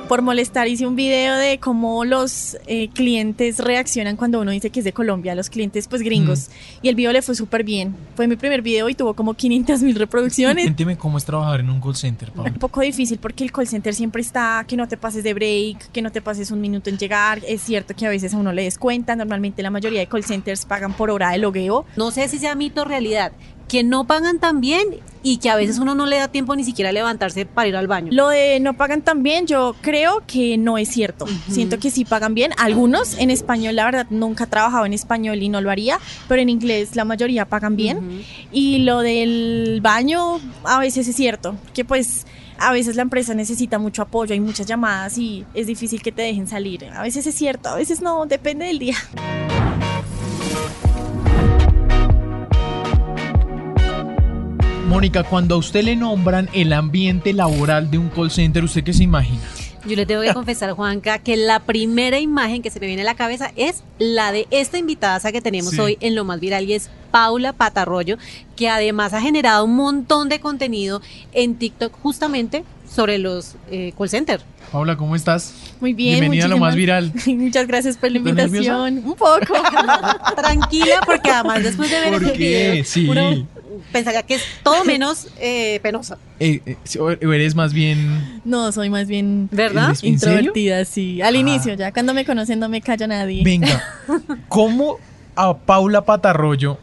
por molestar hice un video de cómo los clientes reaccionan cuando uno dice que es de Colombia, los clientes pues gringos, y el video le fue súper bien. Fue mi primer video y tuvo como 500,000 reproducciones. Cuénteme cómo es trabajar en un call center, Paula. Un poco difícil porque el call center siempre está que no te pases de break, que no te pases un minuto en llegar. Es cierto que a veces a uno le descuentan, normalmente la mayoría de call centers pagan por hora de logueo. No sé si sea mito o realidad, que no pagan tan bien y que a veces uno no le da tiempo ni siquiera a levantarse para ir al baño. Lo de no pagan tan bien, yo creo que no es cierto. Siento que sí pagan bien. Algunos en español, la verdad, nunca he trabajado en español y no lo haría, pero en inglés la mayoría pagan bien. Y lo del baño, a veces es cierto, que pues a veces la empresa necesita mucho apoyo, hay muchas llamadas y es difícil que te dejen salir. A veces es cierto, a veces no, depende del día. Mónica, cuando a usted le nombran el ambiente laboral de un call center, ¿usted qué se imagina? Yo le tengo que confesar, Juanca, que la primera imagen que se me viene a la cabeza es la de esta invitada que tenemos hoy en Lo Más Viral, y es Paula Patarroyo, que además ha generado un montón de contenido en TikTok justamente sobre los call centers. Paula, ¿cómo estás? Muy bien. Bienvenida a Lo Más Viral. Muchas gracias por la invitación. Un poco. Tranquila, porque además después de ver ese video, sí, uno pensaría que es todo menos penosa. ¿Eres más bien...? No, soy más bien... ¿Verdad? Introvertida, sí. Al inicio, ya cuando me conocen no me calla nadie. Venga, ¿cómo a Paula Patarroyo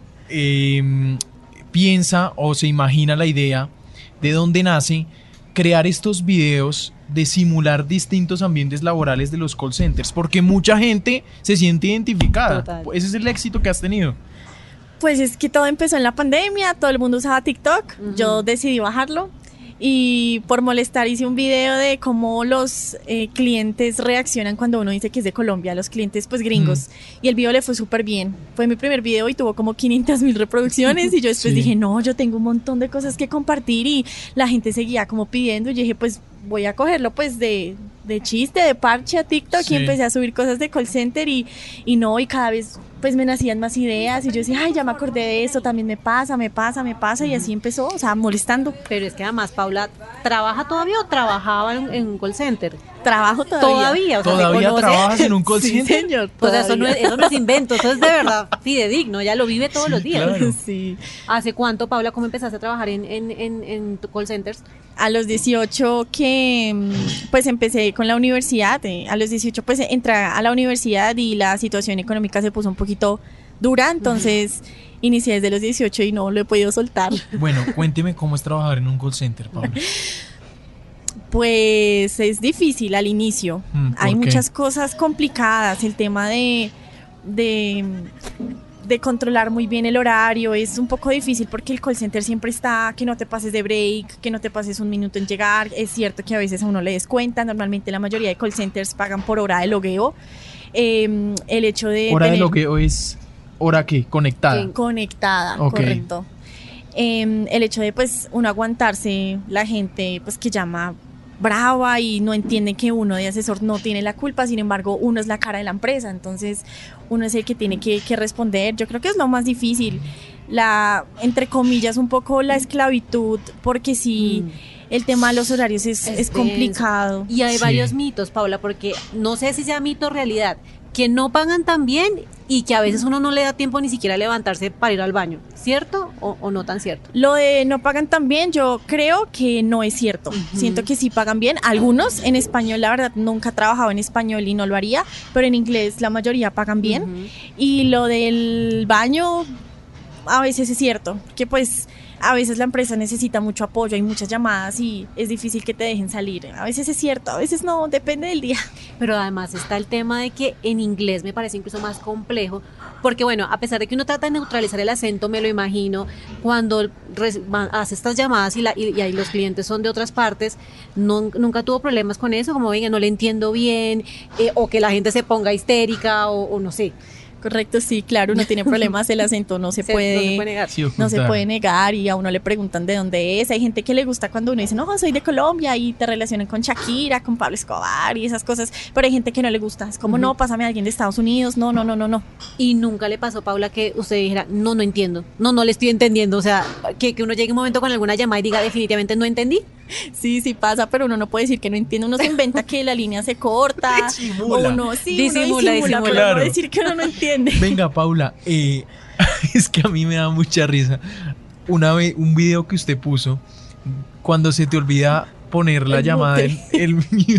piensa o se imagina la idea de dónde nace crear estos videos de simular distintos ambientes laborales de los call centers? Porque mucha gente se siente identificada. Total. Ese es el éxito que has tenido. Pues es que todo empezó en la pandemia, todo el mundo usaba TikTok, yo decidí bajarlo y por molestar hice un video de cómo los clientes reaccionan cuando uno dice que es de Colombia, los clientes pues gringos, y el video le fue súper bien. Fue mi primer video y tuvo como 500,000 reproducciones y yo después dije, no, yo tengo un montón de cosas que compartir, y la gente seguía como pidiendo y yo dije, pues voy a cogerlo pues de chiste, de parche a TikTok, y empecé a subir cosas de call center y cada vez pues me nacían más ideas y yo decía, ay, ya me acordé de esto, también me pasa y así empezó, o sea, molestando. Pero es que además, Paula, ¿trabaja todavía o trabajaba en un call center? Trabajo todavía. O sea, ¿Todavía trabajas en un call center? Sí, señor. Pues eso no es invento, eso es de verdad fidedigno, ella lo vive todos los días. Claro. Sí. ¿Hace cuánto, Paula, cómo empezaste a trabajar en tu call centers? A los 18 que pues empecé con la universidad, a los 18 pues entré a la universidad y la situación económica se puso un poquito dura, entonces inicié desde los 18 y no lo he podido soltar. Bueno, cuénteme cómo es trabajar en un call center, Paula. Pues es difícil al inicio, hay muchas cosas complicadas, el tema de controlar muy bien el horario es un poco difícil porque el call center siempre está que no te pases de break, que no te pases un minuto en llegar. Es cierto que a veces a uno le descuentan, normalmente la mayoría de call centers pagan por hora de logueo. El hecho de ¿Hora de logueo es hora qué? ¿Conectada? Conectada, correcto. El hecho de pues uno aguantarse la gente pues que llama brava y no entiende que uno de asesor no tiene la culpa, sin embargo uno es la cara de la empresa, entonces uno es el que tiene que responder. Yo creo que es lo más difícil, entre comillas un poco la esclavitud, porque sí, el tema de los horarios es complicado. Y hay varios mitos, Paula, porque no sé si sea mito o realidad, que no pagan tan bien y que a veces uno no le da tiempo ni siquiera a levantarse para ir al baño, ¿cierto o no tan cierto? Lo de no pagan tan bien, yo creo que no es cierto. Siento que sí pagan bien. Algunos en español, la verdad, nunca he trabajado en español y no lo haría, pero en inglés la mayoría pagan bien. Y lo del baño, a veces es cierto, que pues a veces la empresa necesita mucho apoyo, hay muchas llamadas y es difícil que te dejen salir. A veces es cierto, a veces no, depende del día. Pero además está el tema de que en inglés me parece incluso más complejo, porque bueno, a pesar de que uno trata de neutralizar el acento, me lo imagino, cuando hace estas llamadas y ahí los clientes son de otras partes, nunca tuvo problemas con eso, como venga, no le entiendo bien, o que la gente se ponga histérica o no sé. Correcto, sí, claro, uno tiene problemas, el acento no se puede negar. No se puede negar y a uno le preguntan de dónde es. Hay gente que le gusta cuando uno dice, no, soy de Colombia y te relacionan con Shakira, con Pablo Escobar y esas cosas, pero hay gente que no le gusta, es como, no, pásame a alguien de Estados Unidos, no. Y nunca le pasó, Paula, que usted dijera, no entiendo, no le estoy entendiendo, o sea, que uno llegue un momento con alguna llamada y diga, definitivamente no entendí. Sí, sí pasa, pero uno no puede decir que no entiende. Uno se inventa que la línea se corta. Disimula. O uno, sí, Disimula, uno disimula, pero claro. no decir que uno no entiende. Venga, Paula, es que a mí me da mucha risa. Una vez, un video que usted puso, cuando se te olvida poner la El llamada mute. el mute.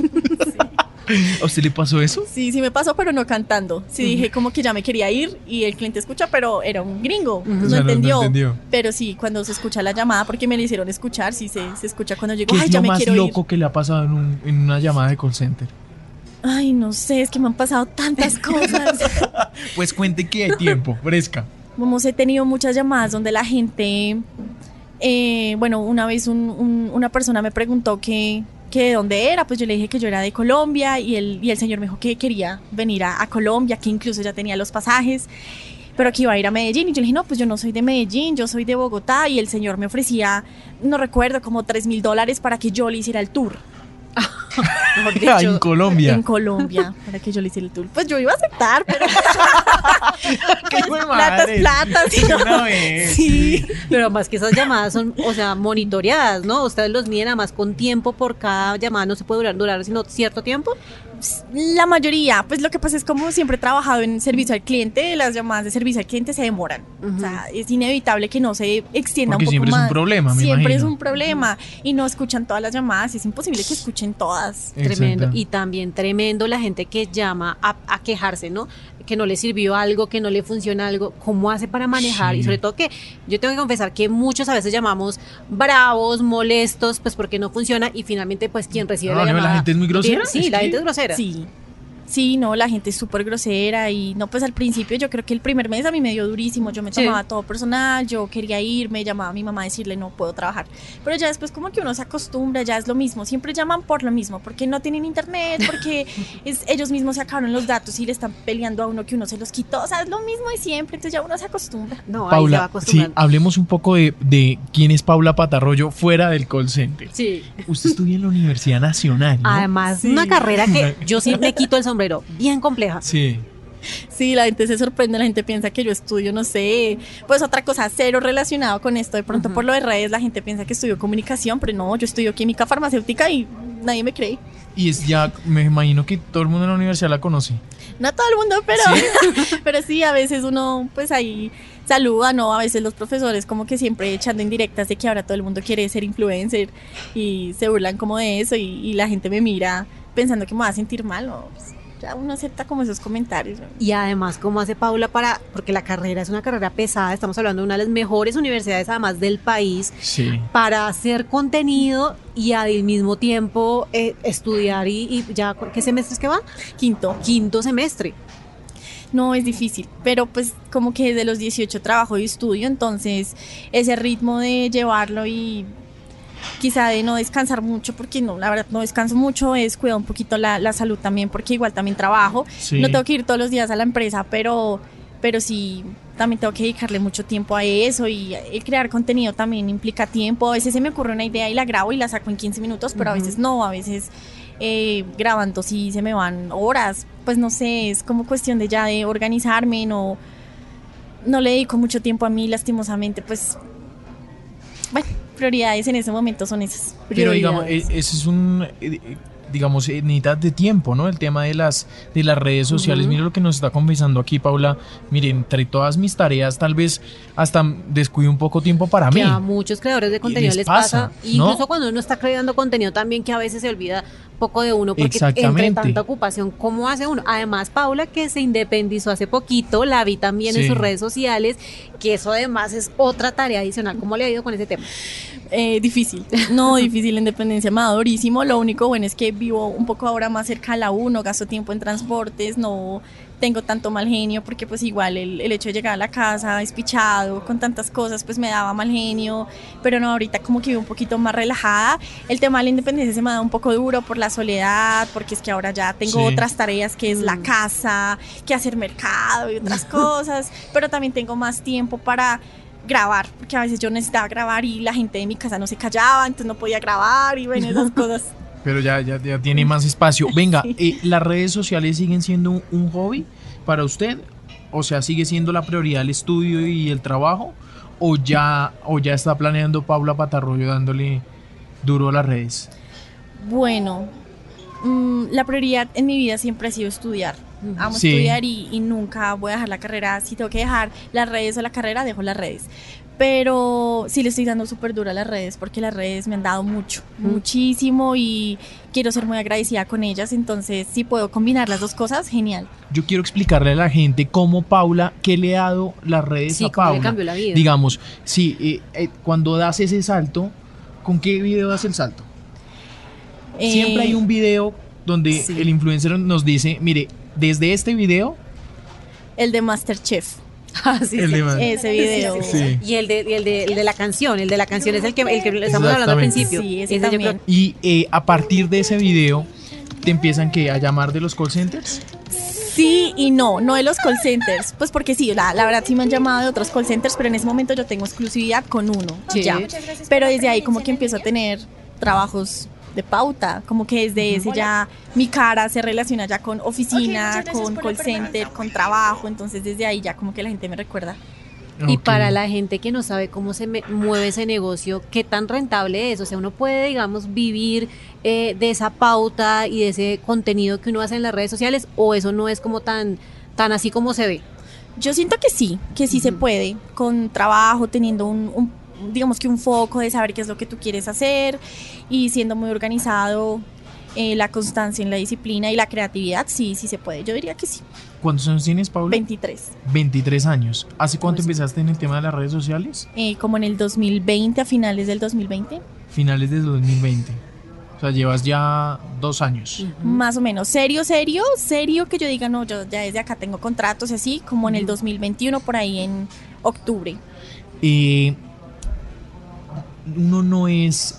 ¿A usted le pasó eso? Sí, sí me pasó, pero no cantando. Sí dije como que ya me quería ir y el cliente escucha, pero era un gringo. Ujú. No O sea, entendió. entendió. Pero sí, cuando se escucha la llamada, porque me la hicieron escuchar, sí se escucha cuando llego, ¿Qué ay, es ya lo me más quiero loco que le ha pasado en una llamada de call center? ir. Ay, no sé, es que me han pasado tantas cosas. Pues cuente que hay tiempo, fresca. Vamos, he tenido muchas llamadas donde la gente, bueno, una vez una persona me preguntó que de dónde era, pues yo le dije que yo era de Colombia y el señor me dijo que quería venir a Colombia, que incluso ya tenía los pasajes, pero que iba a ir a Medellín. Y yo le dije, no, pues yo no soy de Medellín, yo soy de Bogotá. Y el señor me ofrecía, no recuerdo, como $3,000 para que yo le hiciera el tour. Mejor En dicho, Colombia. En Colombia, para que yo le hiciera el tour. Pues yo iba a aceptar, pero ¡Qué hijo de plata madre! es plata, ¿sí? De una vez. Sí. pero más que esas llamadas son, o sea, monitoreadas, ¿no? Ustedes los miden además con tiempo por cada llamada, no se puede durar sino cierto tiempo. La mayoría, pues lo que pasa es como siempre he trabajado en servicio al cliente, las llamadas de servicio al cliente se demoran. Ujú. O sea, es inevitable que no se extienda Porque un poco siempre es un más. problema, me Siempre es imagino. un problema y no escuchan todas las llamadas, es imposible que escuchen todas. Tremendo. Exacto. Y también tremendo la gente que llama a quejarse, ¿no? Que no le sirvió algo, que no le funciona algo. ¿Cómo hace para manejar? Sí. Y sobre todo que yo tengo que confesar que muchos a veces llamamos bravos, molestos, pues porque no funciona y finalmente pues quien recibe No, la no, la llamada. gente es muy grosera, Sí, es la que- gente es grosera. Sí. Sí, no, la gente es súper grosera y no, pues al principio yo creo que el primer mes a mí me dio durísimo, yo me Sí. tomaba todo personal, yo quería irme, llamaba a mi mamá a decirle no puedo trabajar, pero ya después como que uno se acostumbra, ya es lo mismo, siempre llaman por lo mismo, porque no tienen internet, porque ellos mismos sacaron los datos y le están peleando a uno que uno se los quitó, o sea, es lo mismo de siempre, entonces ya uno se acostumbra. No, ahí se va Paula, sí, acostumbrando. hablemos un poco de quién es Paula Patarroyo fuera del call center. Sí. Usted estudia en la Universidad Nacional, ¿no? Además, Sí. una carrera que yo sí me quito el sombrero, bien compleja. Sí. Sí, la gente se sorprende, la gente piensa que yo estudio, no sé, pues otra cosa, cero relacionado con esto. De pronto Ujú. por lo de redes la gente piensa que estudio comunicación, pero no, yo estudio química farmacéutica y nadie me cree. Y es ya, me imagino que todo el mundo en la universidad la conoce. No todo el mundo, pero pero sí, a veces uno pues ahí saluda, ¿no? A veces los profesores como que siempre echando indirectas de que ahora todo el mundo quiere ser influencer y se burlan como de eso y la gente me mira pensando que me va a sentir mal, ¿no? Pues, ya uno acepta como esos comentarios, ¿no? Y además, ¿cómo hace Paula porque la carrera es una carrera pesada, estamos hablando de una de las mejores universidades además del país, Sí. para hacer contenido y al mismo tiempo estudiar y ya, ¿qué semestres que va? Quinto. Quinto semestre. No, es difícil, pero pues como que desde los 18 trabajo y estudio, entonces ese ritmo de llevarlo y quizá de no descansar mucho, porque no, la verdad no descanso mucho, es cuidar un poquito la salud también, porque igual también trabajo, Sí. no tengo que ir todos los días a la empresa, pero sí también tengo que dedicarle mucho tiempo a eso y el crear contenido también implica tiempo, a veces se me ocurre una idea y la grabo y la saco en 15 minutos, pero a veces no, a veces grabando sí se me van horas, pues no sé, es como cuestión de ya de organizarme, no le dedico mucho tiempo a mí, lastimosamente, pues bueno, prioridades en ese momento son esas. Pero digamos, prioridades. ese es un, digamos, necesitas de tiempo, ¿no? El tema de las redes sociales. Ujú. Mire lo que nos está confesando aquí, Paula. Mire, entre todas mis tareas, tal vez hasta descuido un poco tiempo para mí. Que a muchos creadores de contenido les pasa, ¿no? incluso cuando uno está creando contenido también, que a veces se olvida poco de uno porque entre Exactamente. tanta ocupación, ¿cómo hace uno? Además, Paula, que se independizó hace poquito, la vi también en Sí. sus redes sociales, que eso además es otra tarea adicional. ¿Cómo le ha ido con ese tema? Difícil, no difícil, la independencia me da durísimo, lo único bueno es que vivo un poco ahora más cerca a la U, no gasto tiempo en transportes, no tengo tanto mal genio, porque pues igual el hecho de llegar a la casa despichado con tantas cosas pues me daba mal genio, pero no, ahorita como que vivo un poquito más relajada. El tema de la independencia se me da un poco duro por la soledad, porque es que ahora ya tengo Sí. otras tareas que es la casa, que hacer mercado y otras cosas, pero también tengo más tiempo para grabar, porque a veces yo necesitaba grabar y la gente de mi casa no se callaba, entonces no podía grabar y bueno, esas cosas. Pero ya tiene más espacio. Venga, ¿las redes sociales siguen siendo un hobby para usted? O sea, ¿sigue siendo la prioridad el estudio y el trabajo? ¿O ya está planeando Paula Patarroyo dándole duro a las redes? Bueno, la prioridad en mi vida siempre ha sido estudiar. Amo Sí. estudiar y nunca voy a dejar la carrera. Si tengo que dejar las redes o la carrera, dejo las redes. Pero sí le estoy dando súper duro a las redes porque las redes me han dado mucho, muchísimo y quiero ser muy agradecida con ellas. Entonces, si puedo combinar las dos cosas, genial. Yo quiero explicarle a la gente cómo Paula, qué le ha dado las redes Sí, a cómo le Paula. cambió la vida. Digamos, sí, cuando das ese salto, ¿con qué video das el salto? Siempre hay un video donde sí. el influencer nos dice, mire, desde este video, El de MasterChef. Ah, sí, el sí. de- Ese video. Sí. Y el de la canción, es el que le estamos hablando al Exactamente. principio. Sí, ese Ese yo también. creo- Y a partir de ese video, ¿te empiezan a llamar de los call centers? Sí y no de los call centers, pues porque sí, la verdad sí me han llamado de otros call centers, pero en ese momento yo tengo exclusividad con uno, Sí. ya. Pero desde ahí como que empiezo a tener trabajos de pauta, como que desde ese ya mi cara se relaciona ya con oficina, con call center, con trabajo, entonces desde ahí ya como que la gente me recuerda. Y Ok. para la gente que no sabe cómo mueve ese negocio, ¿qué tan rentable es? O sea, uno puede, digamos, vivir de esa pauta y de ese contenido que uno hace en las redes sociales, o eso no es como tan así como se ve. Yo siento que sí se puede, con trabajo, teniendo digamos que un foco de saber qué es lo que tú quieres hacer y siendo muy organizado, la constancia en la disciplina y la creatividad, sí se puede. Yo diría que sí. ¿Cuántos años tienes, Paula? 23. 23 años. ¿Hace cuánto Pues- empezaste en el tema de las redes sociales? Como en el 2020, a finales del 2020, Finales de 2020. O sea, llevas ya 2 años. más o menos. Serio que yo diga, no, yo ya desde acá tengo contratos y así, como en el 2021, por ahí en octubre. Uno no es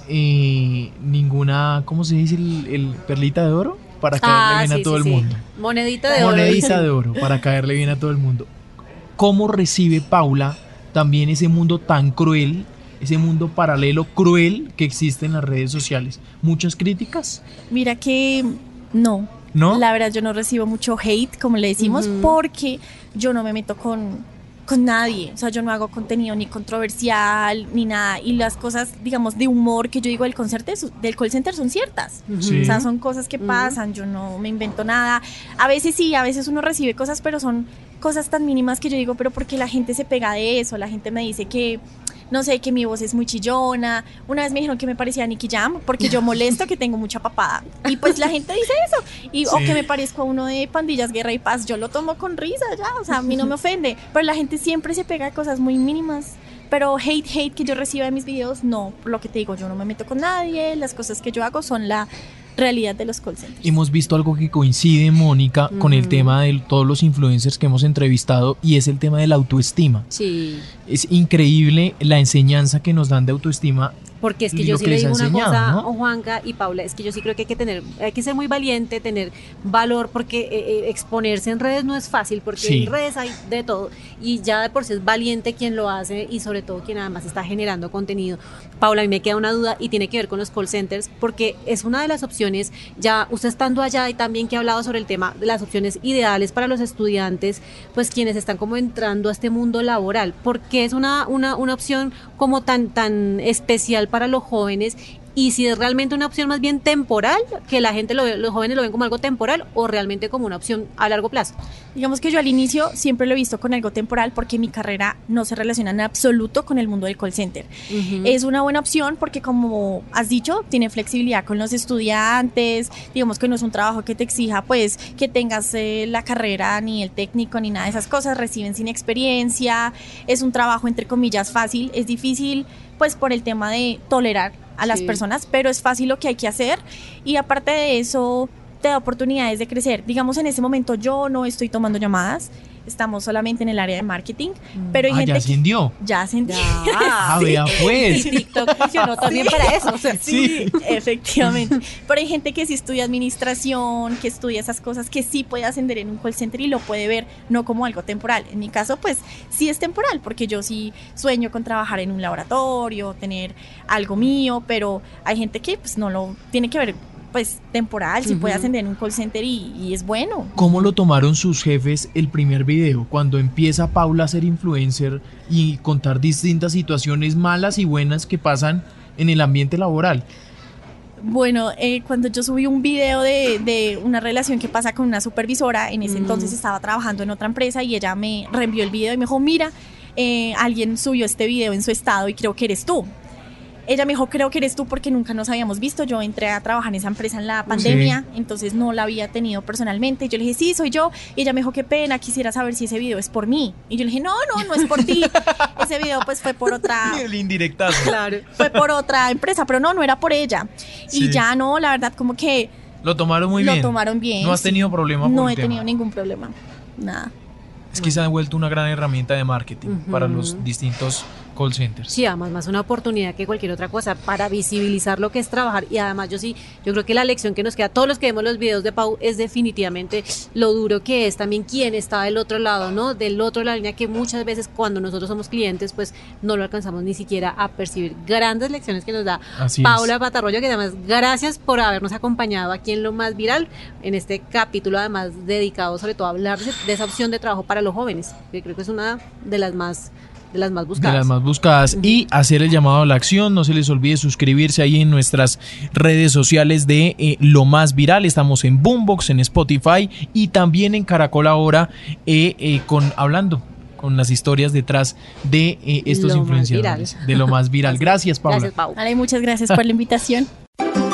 ninguna, ¿cómo se dice? El perlita de oro para caerle bien a todo el mundo. Monedita de oro. Monedita de oro para caerle bien a todo el mundo. ¿Cómo recibe Paula también ese mundo tan cruel, ese mundo paralelo cruel que existe en las redes sociales? ¿Muchas críticas? Mira que no. ¿No? La verdad yo no recibo mucho hate, como le decimos, porque yo no me meto con nadie. O sea, yo no hago contenido ni controversial, ni nada. Y las cosas, digamos, de humor que yo digo del call center son ciertas. Sí. O sea, son cosas que pasan, yo no me invento nada. A veces sí, a veces uno recibe cosas, pero son cosas tan mínimas que yo digo, pero ¿por qué la gente se pega de eso? La gente me dice que, no sé, que mi voz es muy chillona. Una vez me dijeron que me parecía Nicky Jam porque yo molesto que tengo mucha papada. Y pues la gente dice eso. O Sí. que me parezco a uno de Pandillas, Guerra y Paz. Yo lo tomo con risa ya, o sea, a mí no me ofende. Pero la gente siempre se pega de cosas muy mínimas. Pero hate que yo reciba de mis videos, no. Lo que te digo, yo no me meto con nadie. Las cosas que yo hago son la realidad de los call centers. Hemos visto algo que coincide, Mónica, con el tema de todos los influencers que hemos entrevistado y es el tema de la autoestima. Sí. Es increíble la enseñanza que nos dan de autoestima. Porque es que Y yo lo sí que le les ha digo una enseñado, cosa, ¿no? Juanca y Paula, es que yo sí creo que hay que ser muy valiente, tener valor, porque exponerse en redes no es fácil, porque Sí. en redes hay de todo, y ya de por sí es valiente quien lo hace, y sobre todo quien además está generando contenido. Paula, a mí me queda una duda, y tiene que ver con los call centers, porque es una de las opciones, ya usted estando allá, y también que ha hablado sobre el tema de las opciones ideales para los estudiantes, pues quienes están como entrando a este mundo laboral, porque es una opción como tan especial para los jóvenes, y si es realmente una opción más bien temporal, que la gente los jóvenes lo ven como algo temporal, o realmente como una opción a largo plazo. Digamos que yo al inicio siempre lo he visto con algo temporal porque mi carrera no se relaciona en absoluto con el mundo del call center. Es una buena opción porque, como has dicho, tiene flexibilidad con los estudiantes, digamos que no es un trabajo que te exija pues que tengas la carrera ni el técnico ni nada de esas cosas, reciben sin experiencia, es un trabajo entre comillas fácil, es difícil pues por el tema de tolerar a las Sí. personas, pero es fácil lo que hay que hacer y aparte de eso te da oportunidades de crecer. Digamos, en ese momento yo no estoy tomando llamadas, estamos solamente en el área de marketing, pero hay Ah, gente ya ascendió. ya ascendió. Ah, vea pues. Y TikTok funcionó también para eso. O sea, Sí. Efectivamente. Pero hay gente que sí estudia administración, que estudia esas cosas, que sí puede ascender en un call center y lo puede ver no como algo temporal. En mi caso, pues sí es temporal, porque yo sí sueño con trabajar en un laboratorio, tener algo mío, pero hay gente que pues no lo tiene que ver pues temporal, sí puede ascender en un call center y es bueno. ¿Cómo lo tomaron sus jefes el primer video? Cuando empieza Paula a ser influencer y contar distintas situaciones malas y buenas que pasan en el ambiente laboral. Bueno, cuando yo subí un video de una relación que pasa con una supervisora, en ese entonces estaba trabajando en otra empresa y ella me reenvió el video y me dijo, mira, alguien subió este video en su estado y creo que eres tú. Ella me dijo, creo que eres tú porque nunca nos habíamos visto. Yo entré a trabajar en esa empresa en la pandemia, entonces no la había tenido personalmente. Yo le dije, sí, soy yo. Y ella me dijo, qué pena, quisiera saber si ese video es por mí. Y yo le dije, no es por ti. Ese video pues fue por otra... El indirectazo. Claro. Fue por otra empresa, pero no era por ella. Sí. Y ya no, la verdad, como que... Lo tomaron muy bien. Lo tomaron bien. ¿No has tenido problema por No el he tema? tenido ningún problema. Nada. Es que se ha vuelto una gran herramienta de marketing para los distintos call centers. Sí, además más una oportunidad que cualquier otra cosa para visibilizar lo que es trabajar. Y además yo creo que la lección que nos queda a todos los que vemos los videos de Pau es definitivamente lo duro que es también quien está del otro lado, ¿no? Del otro de la línea, que muchas veces cuando nosotros somos clientes pues no lo alcanzamos ni siquiera a percibir. Grandes lecciones que nos da Paula Patarroyo, que además gracias por habernos acompañado aquí en Lo Más Viral, en este capítulo además dedicado sobre todo a hablar de esa opción de trabajo para los jóvenes, que creo que es una de las más buscadas. De las más buscadas. Y hacer el llamado a la acción. No se les olvide suscribirse ahí en nuestras redes sociales de Lo Más Viral. Estamos en Boombox, en Spotify y también en Caracol Ahora, hablando con las historias detrás de estos influenciadores de Lo Más Viral. Gracias, Paula. Gracias, Pau. Vale, muchas gracias por la invitación.